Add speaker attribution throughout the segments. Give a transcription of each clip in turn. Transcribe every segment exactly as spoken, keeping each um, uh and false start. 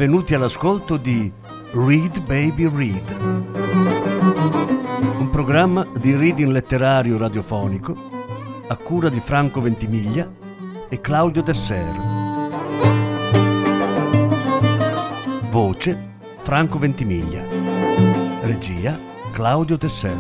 Speaker 1: benvenuti all'ascolto di Read Baby Read, un programma di reading letterario radiofonico a cura di Franco Ventimiglia e Claudio Tesser. Voce Franco Ventimiglia. Regia Claudio Tesser.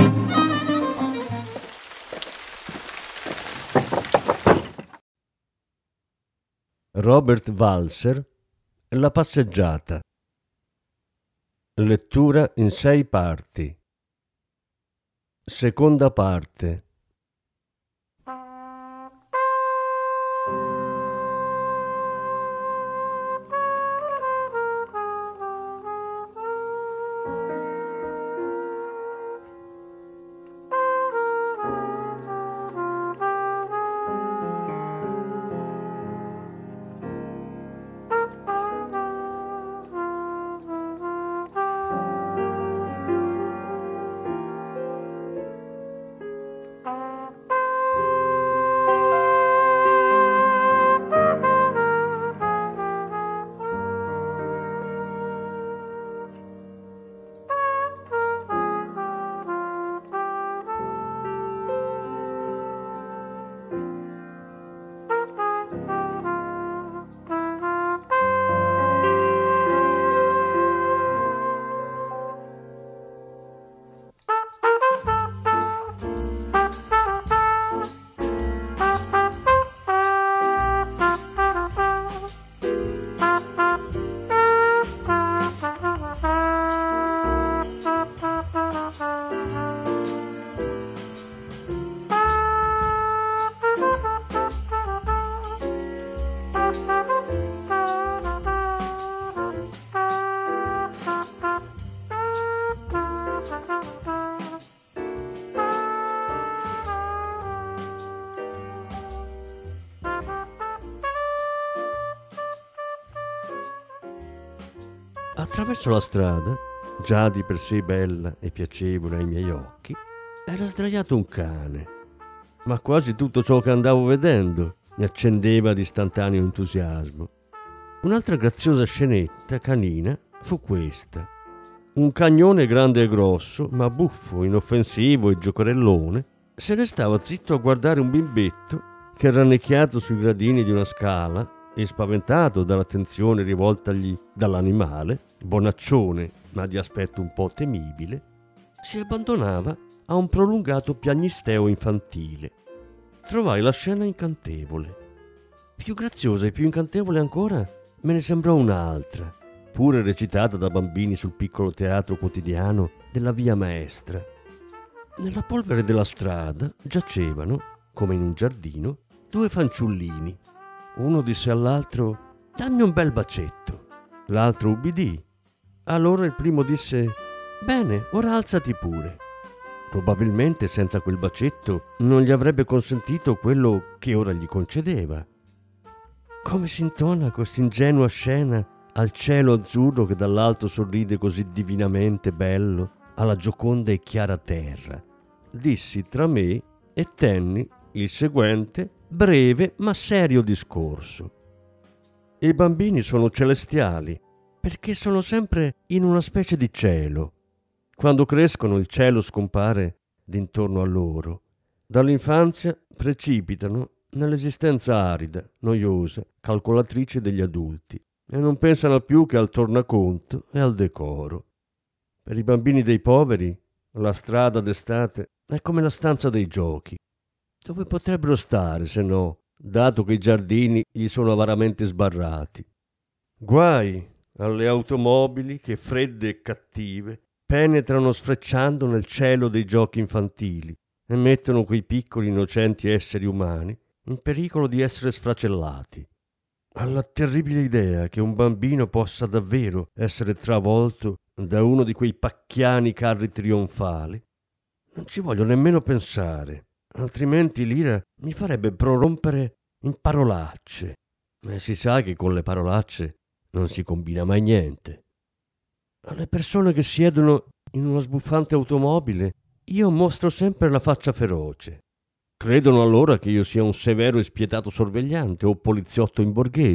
Speaker 1: Robert Walser, La passeggiata. Lettura in sei parti. Seconda parte. Attraverso la strada, già di per sé bella e piacevole ai miei occhi, era sdraiato un cane, ma quasi tutto ciò che andavo vedendo mi accendeva di istantaneo entusiasmo. Un'altra graziosa scenetta canina fu questa. Un cagnone grande e grosso, ma buffo, inoffensivo e giocherellone, se ne stava zitto a guardare un bimbetto che, rannicchiato sui gradini di una scala e spaventato dall'attenzione rivoltagli dall'animale, bonaccione ma di aspetto un po' temibile, si abbandonava a un prolungato piagnisteo infantile. Trovai la scena incantevole. Più graziosa e più incantevole ancora me ne sembrò un'altra, pure recitata da bambini sul piccolo teatro quotidiano della Via Maestra. Nella polvere della strada giacevano, come in un giardino, due fanciullini. Uno disse all'altro: «Dammi un bel bacetto». L'altro ubbidì. Allora il primo disse: «Bene, ora alzati pure». Probabilmente senza quel bacetto non gli avrebbe consentito quello che ora gli concedeva. Come si intona questa ingenua scena al cielo azzurro che dall'alto sorride così divinamente bello alla gioconda e chiara terra, dissi tra me e tenni il seguente breve ma serio discorso. I bambini sono celestiali perché sono sempre in una specie di cielo. Quando crescono il cielo scompare d'intorno a loro. Dall'infanzia precipitano nell'esistenza arida, noiosa, calcolatrice degli adulti e non pensano più che al tornaconto e al decoro. Per i bambini dei poveri la strada d'estate è come la stanza dei giochi. Dove potrebbero stare, se no, dato che i giardini gli sono avaramente sbarrati? Guai alle automobili che, fredde e cattive, penetrano sfrecciando nel cielo dei giochi infantili e mettono quei piccoli innocenti esseri umani in pericolo di essere sfracellati. Alla terribile idea che un bambino possa davvero essere travolto da uno di quei pacchiani carri trionfali, non ci voglio nemmeno pensare. Altrimenti l'ira mi farebbe prorompere in parolacce. E si sa che con le parolacce non si combina mai niente. Alle persone che siedono in una sbuffante automobile io mostro sempre la faccia feroce. Credono allora che io sia un severo e spietato sorvegliante o poliziotto in borghese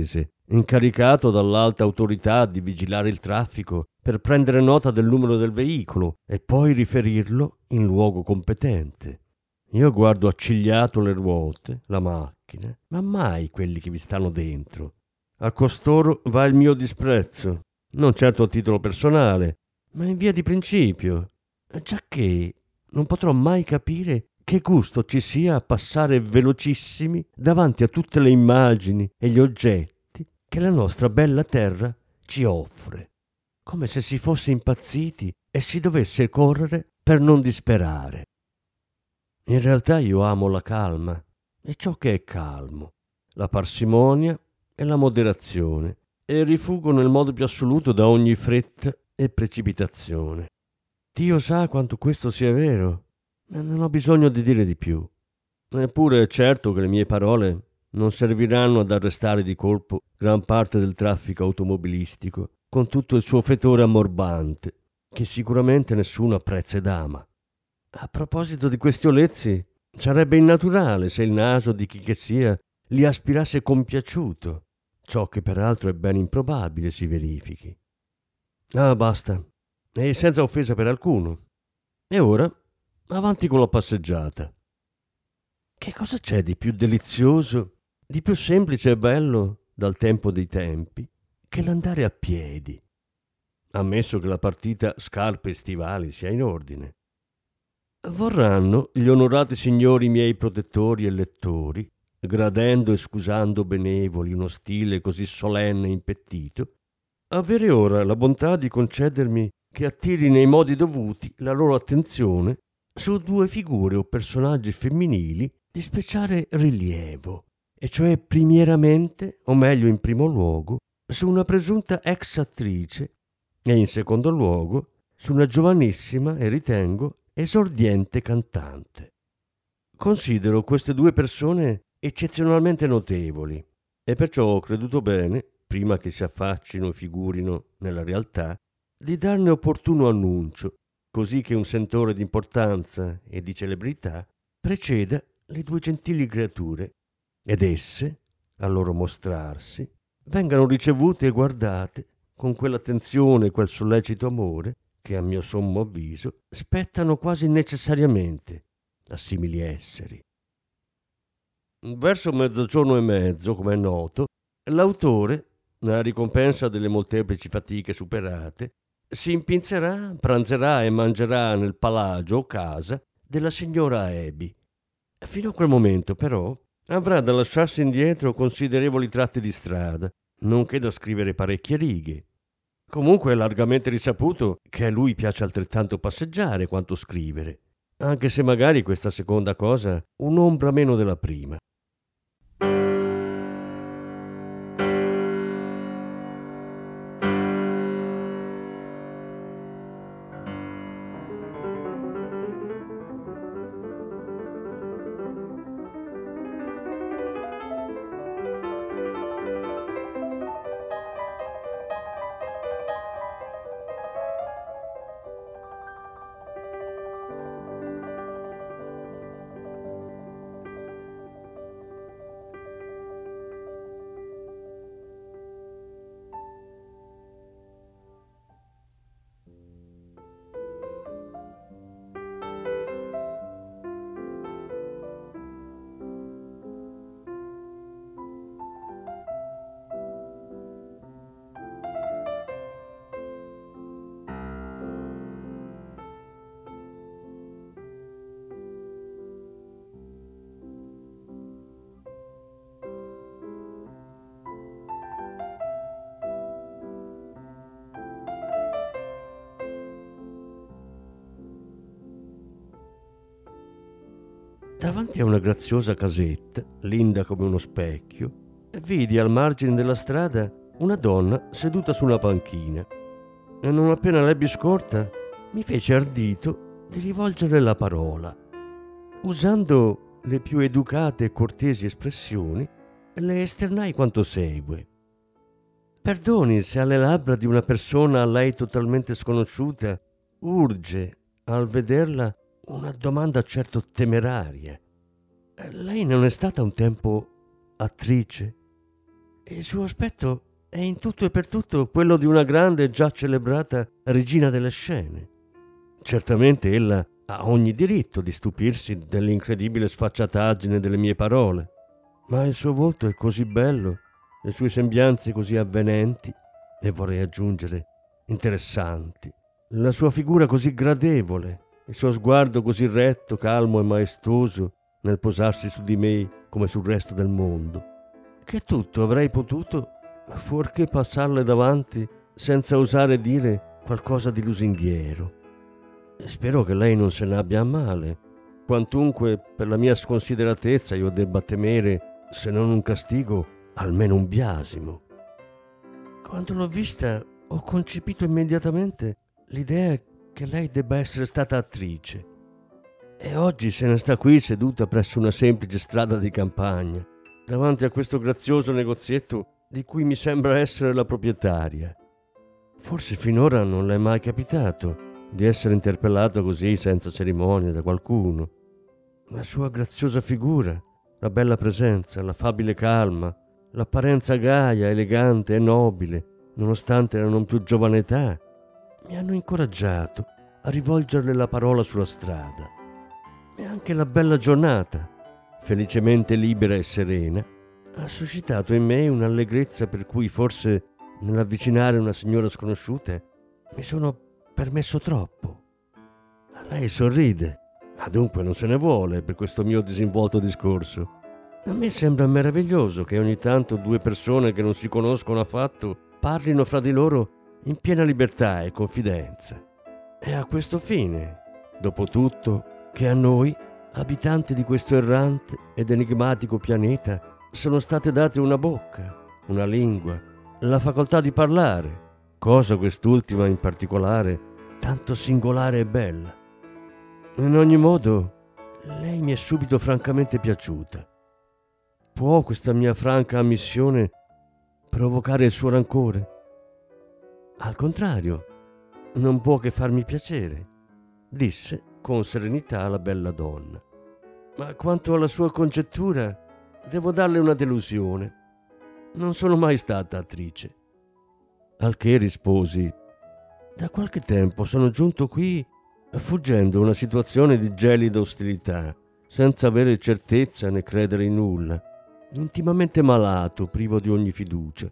Speaker 1: incaricato dall'alta autorità di vigilare il traffico per prendere nota del numero del veicolo e poi riferirlo in luogo competente. Io guardo accigliato le ruote, la macchina, ma mai quelli che vi stanno dentro. A costoro va il mio disprezzo, non certo a titolo personale, ma in via di principio, giacché non potrò mai capire che gusto ci sia a passare velocissimi davanti a tutte le immagini e gli oggetti che la nostra bella terra ci offre, come se si fosse impazziti e si dovesse correre per non disperare. In realtà io amo la calma e ciò che è calmo, la parsimonia e la moderazione, e rifugo nel modo più assoluto da ogni fretta e precipitazione. Dio sa quanto questo sia vero, e non ho bisogno di dire di più. Eppure è certo che le mie parole non serviranno ad arrestare di colpo gran parte del traffico automobilistico, con tutto il suo fetore ammorbante, che sicuramente nessuno apprezza ed ama. A proposito di questi olezzi, sarebbe innaturale se il naso di chi che sia li aspirasse compiaciuto, ciò che peraltro è ben improbabile si verifichi. Ah, basta, e senza offesa per alcuno. E ora, avanti con la passeggiata. Che cosa c'è di più delizioso, di più semplice e bello dal tempo dei tempi che l'andare a piedi, ammesso che la partita scarpe e stivali sia in ordine? Vorranno gli onorati signori miei protettori e lettori, gradendo e scusando benevoli uno stile così solenne e impettito, avere ora la bontà di concedermi che attiri nei modi dovuti la loro attenzione su due figure o personaggi femminili di speciale rilievo, e cioè primieramente, o meglio in primo luogo, su una presunta ex attrice e in secondo luogo su una giovanissima e ritengo esordiente cantante. Considero queste due persone eccezionalmente notevoli e perciò ho creduto bene, prima che si affaccino e figurino nella realtà, di darne opportuno annuncio, così che un sentore di importanza e di celebrità preceda le due gentili creature ed esse, al loro mostrarsi, vengano ricevute e guardate con quell'attenzione e quel sollecito amore che, a mio sommo avviso, spettano quasi necessariamente a simili esseri. Verso mezzogiorno e mezzo, come è noto, l'autore, a ricompensa delle molteplici fatiche superate, si impinzerà, pranzerà e mangerà nel palagio o casa della signora Abby. Fino a quel momento, però, avrà da lasciarsi indietro considerevoli tratti di strada, nonché da scrivere parecchie righe. Comunque è largamente risaputo che a lui piace altrettanto passeggiare quanto scrivere, anche se magari questa seconda cosa un'ombra meno della prima. Davanti a una graziosa casetta, linda come uno specchio, vidi al margine della strada una donna seduta su una panchina e non appena l'ebbi scorta mi fece ardito di rivolgerle la parola. Usando le più educate e cortesi espressioni, le esternai quanto segue. Perdoni se alle labbra di una persona a lei totalmente sconosciuta urge, al vederla, una domanda certo temeraria. Lei non è stata un tempo attrice? Il suo aspetto è in tutto e per tutto quello di una grande e già celebrata regina delle scene. Certamente ella ha ogni diritto di stupirsi dell'incredibile sfacciataggine delle mie parole, ma il suo volto è così bello, le sue sembianze così avvenenti, e vorrei aggiungere interessanti, la sua figura così gradevole, il suo sguardo così retto, calmo e maestoso nel posarsi su di me come sul resto del mondo, che tutto avrei potuto, fuorché passarle davanti senza osare dire qualcosa di lusinghiero. Spero che lei non se ne abbia a male, quantunque per la mia sconsideratezza io debba temere, se non un castigo, almeno un biasimo. Quando l'ho vista ho concepito immediatamente l'idea che lei debba essere stata attrice, e oggi se ne sta qui seduta presso una semplice strada di campagna, davanti a questo grazioso negozietto di cui mi sembra essere la proprietaria. Forse finora non le è mai capitato di essere interpellato così senza cerimonia da qualcuno. La sua graziosa figura, la bella presenza, l'affabile calma, l'apparenza gaia, elegante e nobile, nonostante la non più giovane età, mi hanno incoraggiato a rivolgerle la parola sulla strada. E anche la bella giornata, felicemente libera e serena, ha suscitato in me un'allegrezza per cui forse nell'avvicinare una signora sconosciuta mi sono permesso troppo. Lei sorride, ma dunque non se ne vuole per questo mio disinvolto discorso. A me sembra meraviglioso che ogni tanto due persone che non si conoscono affatto parlino fra di loro in piena libertà e confidenza. È a questo fine, dopo tutto, che a noi, abitanti di questo errante ed enigmatico pianeta, sono state date una bocca, una lingua, la facoltà di parlare, cosa quest'ultima in particolare tanto singolare e bella. In ogni modo, lei mi è subito francamente piaciuta. Può questa mia franca ammissione provocare il suo rancore? Al contrario, non può che farmi piacere, disse con serenità la bella donna. Ma quanto alla sua congettura, devo darle una delusione. Non sono mai stata attrice. Al che risposi: da qualche tempo sono giunto qui fuggendo una situazione di gelida ostilità, senza avere certezza né credere in nulla, intimamente malato, privo di ogni fiducia.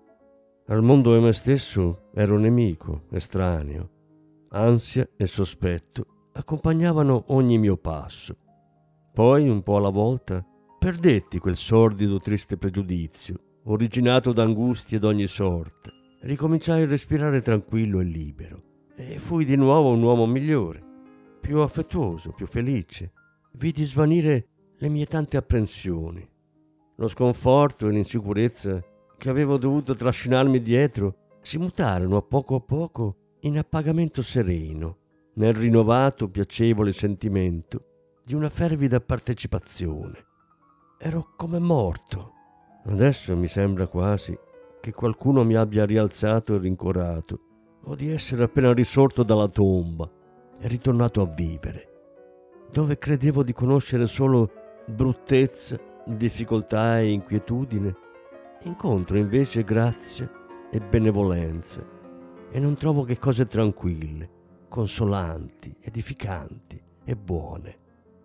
Speaker 1: Al mondo e me stesso ero nemico, estraneo. Ansia e sospetto accompagnavano ogni mio passo. Poi, un po' alla volta, perdetti quel sordido triste pregiudizio, originato da angustie d'ogni sorte. Ricominciai a respirare tranquillo e libero e fui di nuovo un uomo migliore, più affettuoso, più felice. Vidi svanire le mie tante apprensioni. Lo sconforto e l'insicurezza che avevo dovuto trascinarmi dietro si mutarono a poco a poco in appagamento sereno, nel rinnovato piacevole sentimento di una fervida partecipazione. Ero come morto. Adesso mi sembra quasi che qualcuno mi abbia rialzato e rincuorato, o di essere appena risorto dalla tomba e ritornato a vivere. Dove credevo di conoscere solo bruttezza, difficoltà e inquietudine, incontro invece grazia e benevolenza, e non trovo che cose tranquille, consolanti, edificanti e buone.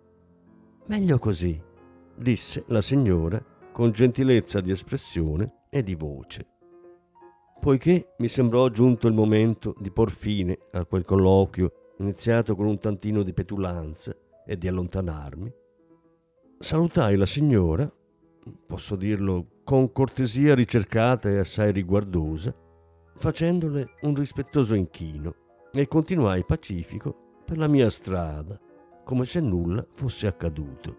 Speaker 1: Meglio così, disse la signora con gentilezza di espressione e di voce. Poiché mi sembrò giunto il momento di por fine a quel colloquio iniziato con un tantino di petulanza e di allontanarmi, salutai la signora, posso dirlo con cortesia ricercata e assai riguardosa, facendole un rispettoso inchino, e continuai pacifico per la mia strada, come se nulla fosse accaduto.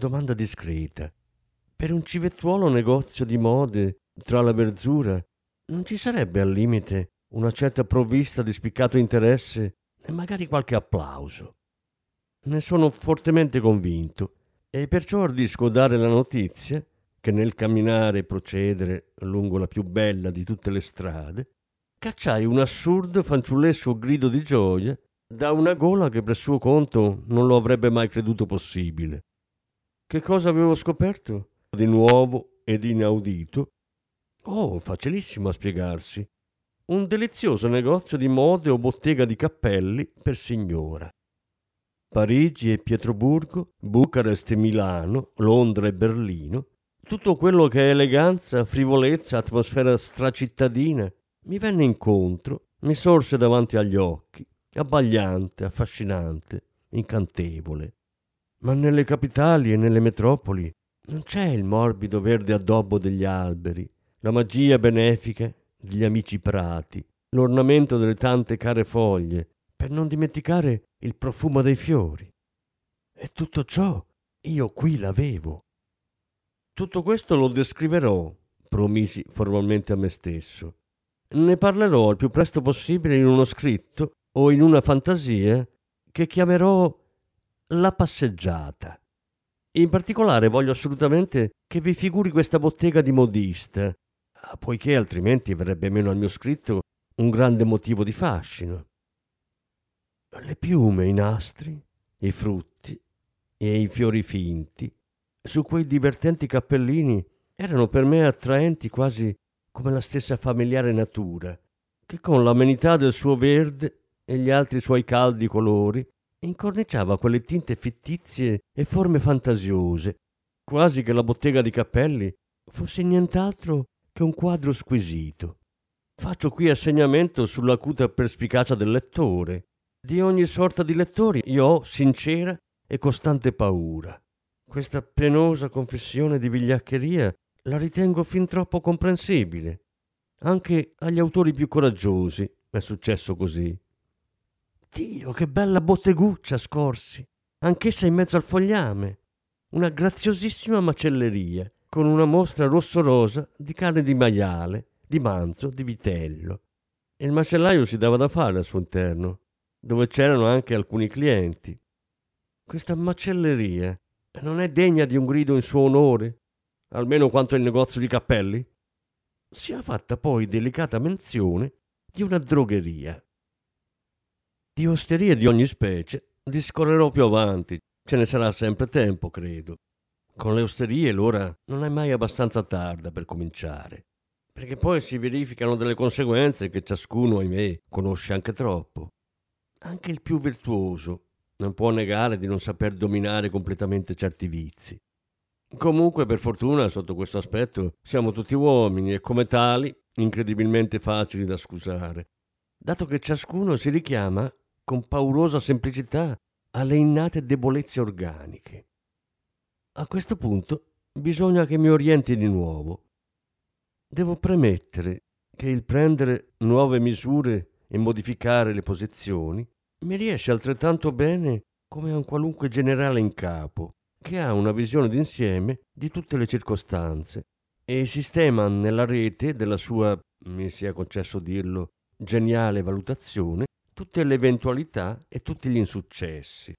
Speaker 1: domanda discreta. Per un civettuolo negozio di mode tra la verzura non ci sarebbe al limite una certa provvista di spiccato interesse e magari qualche applauso? Ne sono fortemente convinto e perciò ardisco dare la notizia che nel camminare e procedere lungo la più bella di tutte le strade cacciai un assurdo fanciullesco grido di gioia da una gola che per suo conto non lo avrebbe mai creduto possibile. Che cosa avevo scoperto di nuovo ed inaudito? Oh, facilissimo a spiegarsi. Un delizioso negozio di mode o bottega di cappelli per signora. Parigi e Pietroburgo, Bucarest e Milano, Londra e Berlino, tutto quello che è eleganza, frivolezza, atmosfera stracittadina, mi venne incontro, mi sorse davanti agli occhi, abbagliante, affascinante, incantevole. Ma nelle capitali e nelle metropoli non c'è il morbido verde addobbo degli alberi, la magia benefica degli amici prati, l'ornamento delle tante care foglie, per non dimenticare il profumo dei fiori. E tutto ciò io qui l'avevo. Tutto questo lo descriverò, promisi formalmente a me stesso. Ne parlerò il più presto possibile in uno scritto o in una fantasia che chiamerò La passeggiata. In particolare voglio assolutamente che vi figuri questa bottega di modista, poiché altrimenti verrebbe meno al mio scritto un grande motivo di fascino. Le piume, i nastri, i frutti e i fiori finti su quei divertenti cappellini erano per me attraenti quasi come la stessa familiare natura, che con l'amenità del suo verde e gli altri suoi caldi colori incorniciava quelle tinte fittizie e forme fantasiose, quasi che la bottega di cappelli fosse nient'altro che un quadro squisito. Faccio qui assegnamento sull'acuta perspicacia del lettore. Di ogni sorta di lettori io ho sincera e costante paura. Questa penosa confessione di vigliaccheria la ritengo fin troppo comprensibile. Anche agli autori più coraggiosi è successo così. Dio, che bella botteguccia scorsi, anch'essa in mezzo al fogliame. Una graziosissima macelleria, con una mostra rosso-rosa di carne di maiale, di manzo, di vitello. E il macellaio si dava da fare al suo interno, dove c'erano anche alcuni clienti. Questa macelleria non è degna di un grido in suo onore, almeno quanto il negozio di cappelli? Sia fatta poi delicata menzione di una drogheria. Di osterie di ogni specie discorrerò più avanti, ce ne sarà sempre tempo, credo. Con le osterie l'ora non è mai abbastanza tarda per cominciare, perché poi si verificano delle conseguenze che ciascuno, ahimè, conosce anche troppo. Anche il più virtuoso non può negare di non saper dominare completamente certi vizi. Comunque, per fortuna, sotto questo aspetto, siamo tutti uomini e come tali incredibilmente facili da scusare, dato che ciascuno si richiama con paurosa semplicità alle innate debolezze organiche. A questo punto bisogna che mi orienti di nuovo. Devo premettere che il prendere nuove misure e modificare le posizioni mi riesce altrettanto bene come a un qualunque generale in capo, che ha una visione d'insieme di tutte le circostanze e sistema nella rete della sua, mi sia concesso dirlo, geniale valutazione tutte le eventualità e tutti gli insuccessi.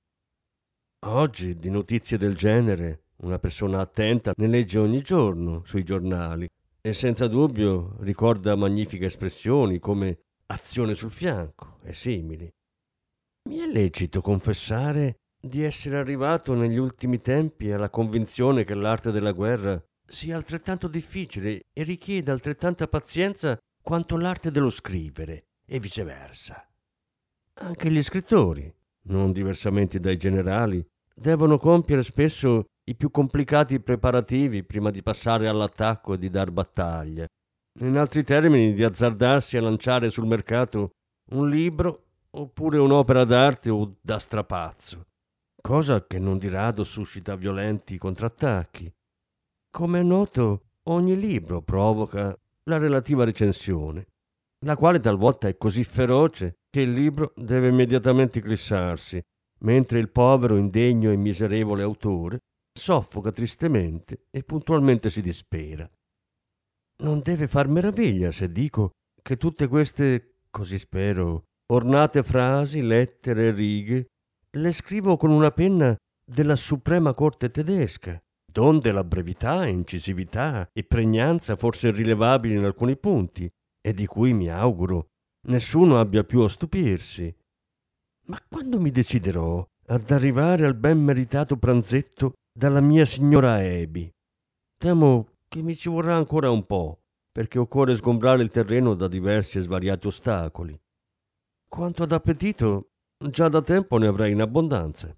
Speaker 1: Oggi di notizie del genere una persona attenta ne legge ogni giorno sui giornali e senza dubbio ricorda magnifiche espressioni come azione sul fianco e simili. Mi è lecito confessare di essere arrivato negli ultimi tempi alla convinzione che l'arte della guerra sia altrettanto difficile e richieda altrettanta pazienza quanto l'arte dello scrivere e viceversa. Anche gli scrittori, non diversamente dai generali, devono compiere spesso i più complicati preparativi prima di passare all'attacco e di dar battaglia. In altri termini, di azzardarsi a lanciare sul mercato un libro oppure un'opera d'arte o da strapazzo, cosa che non di rado suscita violenti contrattacchi. Come è noto, ogni libro provoca la relativa recensione, la quale talvolta è così feroce che il libro deve immediatamente eclissarsi, mentre il povero, indegno e miserevole autore soffoca tristemente e puntualmente si dispera. Non deve far meraviglia se dico che tutte queste, così spero, ornate frasi, lettere e righe le scrivo con una penna della suprema corte tedesca, donde la brevità, incisività e pregnanza forse rilevabili in alcuni punti, e di cui mi auguro nessuno abbia più a stupirsi. Ma quando mi deciderò ad arrivare al ben meritato pranzetto dalla mia signora Abby? Temo che mi ci vorrà ancora un po', perché occorre sgombrare il terreno da diversi e svariati ostacoli. Quanto ad appetito, già da tempo ne avrei in abbondanza.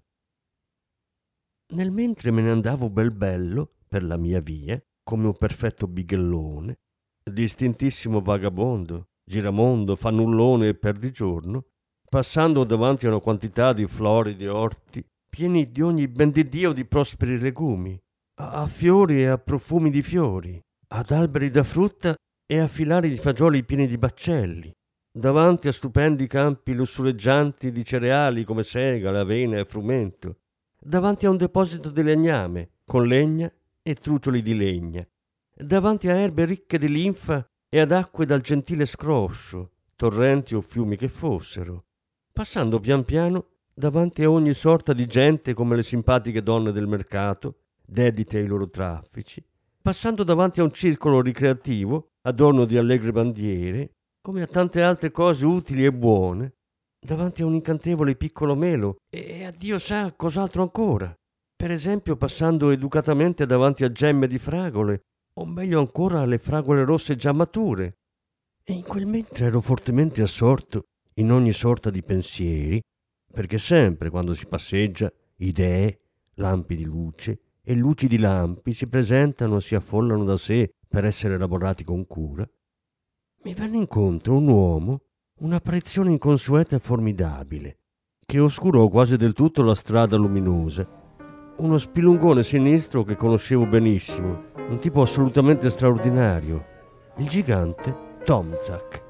Speaker 1: Nel mentre me ne andavo bel bello per la mia via, come un perfetto bighellone, distintissimo vagabondo, giramondo, fannullone e perdigiorno, passando davanti a una quantità di floridi orti, pieni di ogni ben di Dio di prosperi legumi, a, a fiori e a profumi di fiori, ad alberi da frutta e a filari di fagioli pieni di baccelli, davanti a stupendi campi lussureggianti di cereali come segale, avena e frumento, davanti a un deposito di legname, con legna e trucioli di legna, davanti a erbe ricche di linfa e ad acque dal gentile scroscio, torrenti o fiumi che fossero, passando pian piano davanti a ogni sorta di gente come le simpatiche donne del mercato, dedite ai loro traffici, passando davanti a un circolo ricreativo, adorno di allegre bandiere, come a tante altre cose utili e buone, davanti a un incantevole piccolo melo e a Dio sa cos'altro ancora, per esempio passando educatamente davanti a gemme di fragole, o meglio ancora alle fragole rosse già mature. E in quel mentre ero fortemente assorto in ogni sorta di pensieri, perché sempre quando si passeggia idee, lampi di luce e luci di lampi si presentano e si affollano da sé per essere elaborati con cura, mi venne incontro un uomo, un'apparizione inconsueta e formidabile, che oscurò quasi del tutto la strada luminosa, uno spilungone sinistro che conoscevo benissimo, un tipo assolutamente straordinario, il gigante Tomzak.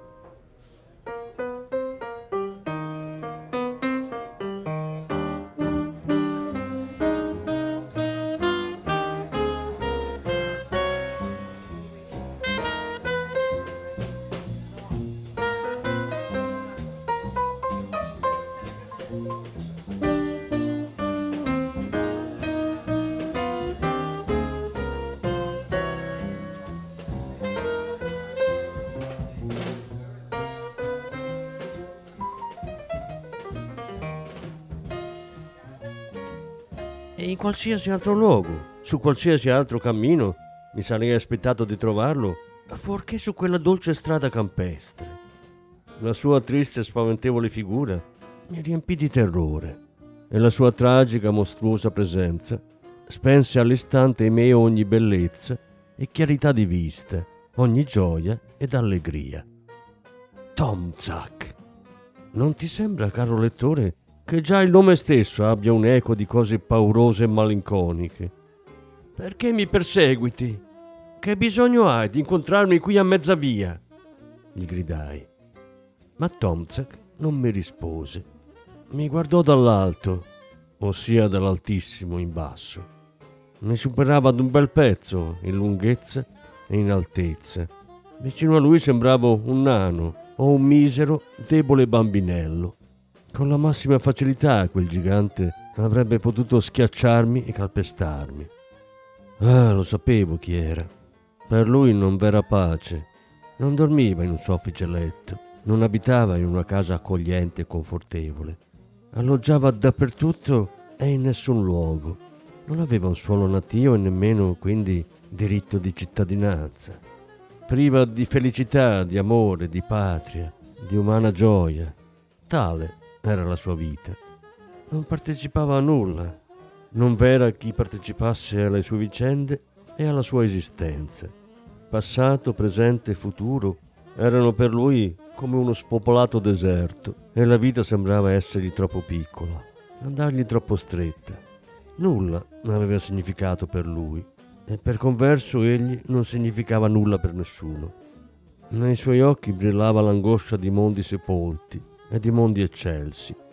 Speaker 1: E in qualsiasi altro luogo, su qualsiasi altro cammino, mi sarei aspettato di trovarlo, fuorché su quella dolce strada campestre. La sua triste e spaventevole figura mi riempì di terrore e la sua tragica, mostruosa presenza spense all'istante in me ogni bellezza e chiarità di vista, ogni gioia ed allegria. Tomzak! Non ti sembra, caro lettore, che già il nome stesso abbia un eco di cose paurose e malinconiche? Perché mi perseguiti? Che bisogno hai di incontrarmi qui a mezza via? Gli gridai. Ma Tomzak non mi rispose. Mi guardò dall'alto, ossia dall'altissimo in basso. Mi superava ad un bel pezzo in lunghezza e in altezza. Vicino a lui sembravo un nano o un misero, debole bambinello. Con la massima facilità quel gigante avrebbe potuto schiacciarmi e calpestarmi. Ah, lo sapevo chi era. Per lui non v'era pace. Non dormiva in un soffice letto, non abitava in una casa accogliente e confortevole. Alloggiava dappertutto e in nessun luogo. Non aveva un suolo natio e nemmeno, quindi, diritto di cittadinanza. Priva di felicità, di amore, di patria, di umana gioia. Tale era la sua vita. Non partecipava a nulla. Non v'era chi partecipasse alle sue vicende e alla sua esistenza. Passato, presente e futuro erano per lui come uno spopolato deserto e la vita sembrava essergli troppo piccola, andargli troppo stretta. Nulla aveva significato per lui e per converso egli non significava nulla per nessuno. Nei suoi occhi brillava l'angoscia di mondi sepolti e di mondi eccelsi.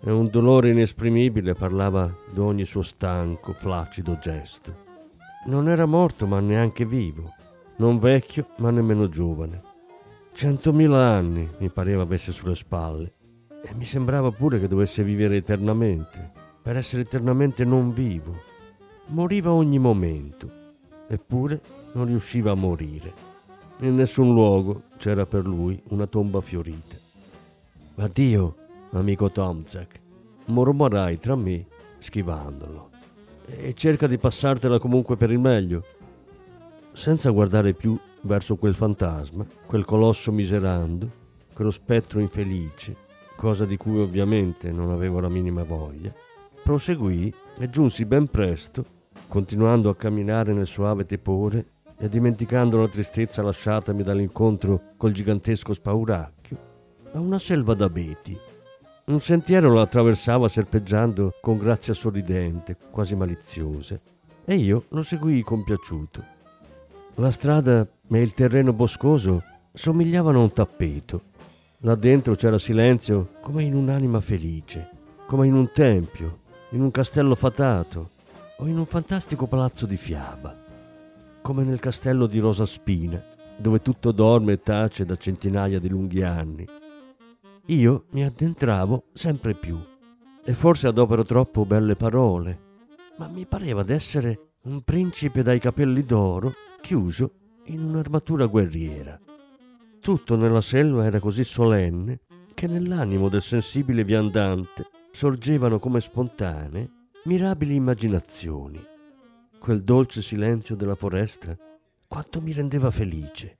Speaker 1: e un dolore inesprimibile parlava d'ogni suo stanco, flaccido gesto. Non era morto, ma neanche vivo, non vecchio, ma nemmeno giovane. Centomila anni mi pareva avesse sulle spalle, e mi sembrava pure che dovesse vivere eternamente, per essere eternamente non vivo. Moriva ogni momento, eppure non riusciva a morire. In nessun luogo c'era per lui una tomba fiorita. Addio, amico Tomzak, mormorai tra me schivandolo, e cerca di passartela comunque per il meglio. Senza guardare più verso quel fantasma, quel colosso miserando, quello spettro infelice, cosa di cui ovviamente non avevo la minima voglia, proseguì e giunsi ben presto, continuando a camminare nel soave tepore e dimenticando la tristezza lasciatami dall'incontro col gigantesco spauracchio, a una selva d'abeti. Un sentiero la attraversava serpeggiando con grazia sorridente, quasi maliziosa, e io lo seguii compiaciuto. La strada e il terreno boscoso somigliavano a un tappeto. Là dentro c'era silenzio come in un'anima felice, come in un tempio, in un castello fatato o in un fantastico palazzo di fiaba, come nel castello di Rosaspina, dove tutto dorme e tace da centinaia di lunghi anni. Io mi addentravo sempre più, e forse adopero troppo belle parole, ma mi pareva d'essere un principe dai capelli d'oro chiuso in un'armatura guerriera. Tutto nella selva era così solenne che nell'animo del sensibile viandante sorgevano come spontanee mirabili immaginazioni. Quel dolce silenzio della foresta quanto mi rendeva felice.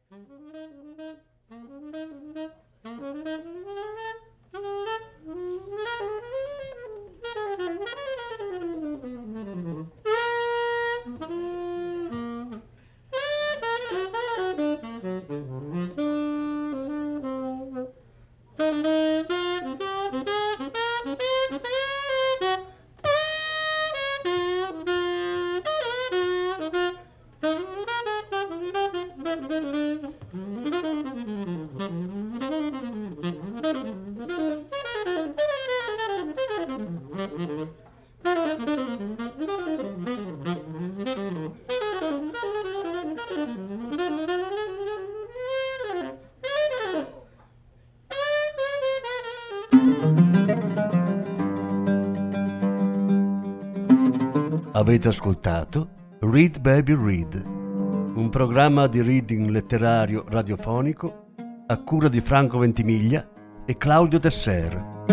Speaker 2: Avete ascoltato Read Baby Read, un programma di reading letterario radiofonico a cura di Franco Ventimiglia e Claudio Tesser.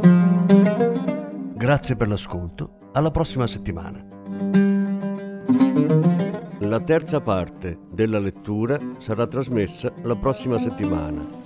Speaker 2: Grazie per l'ascolto, alla prossima settimana.
Speaker 1: La terza parte della lettura sarà trasmessa la prossima settimana.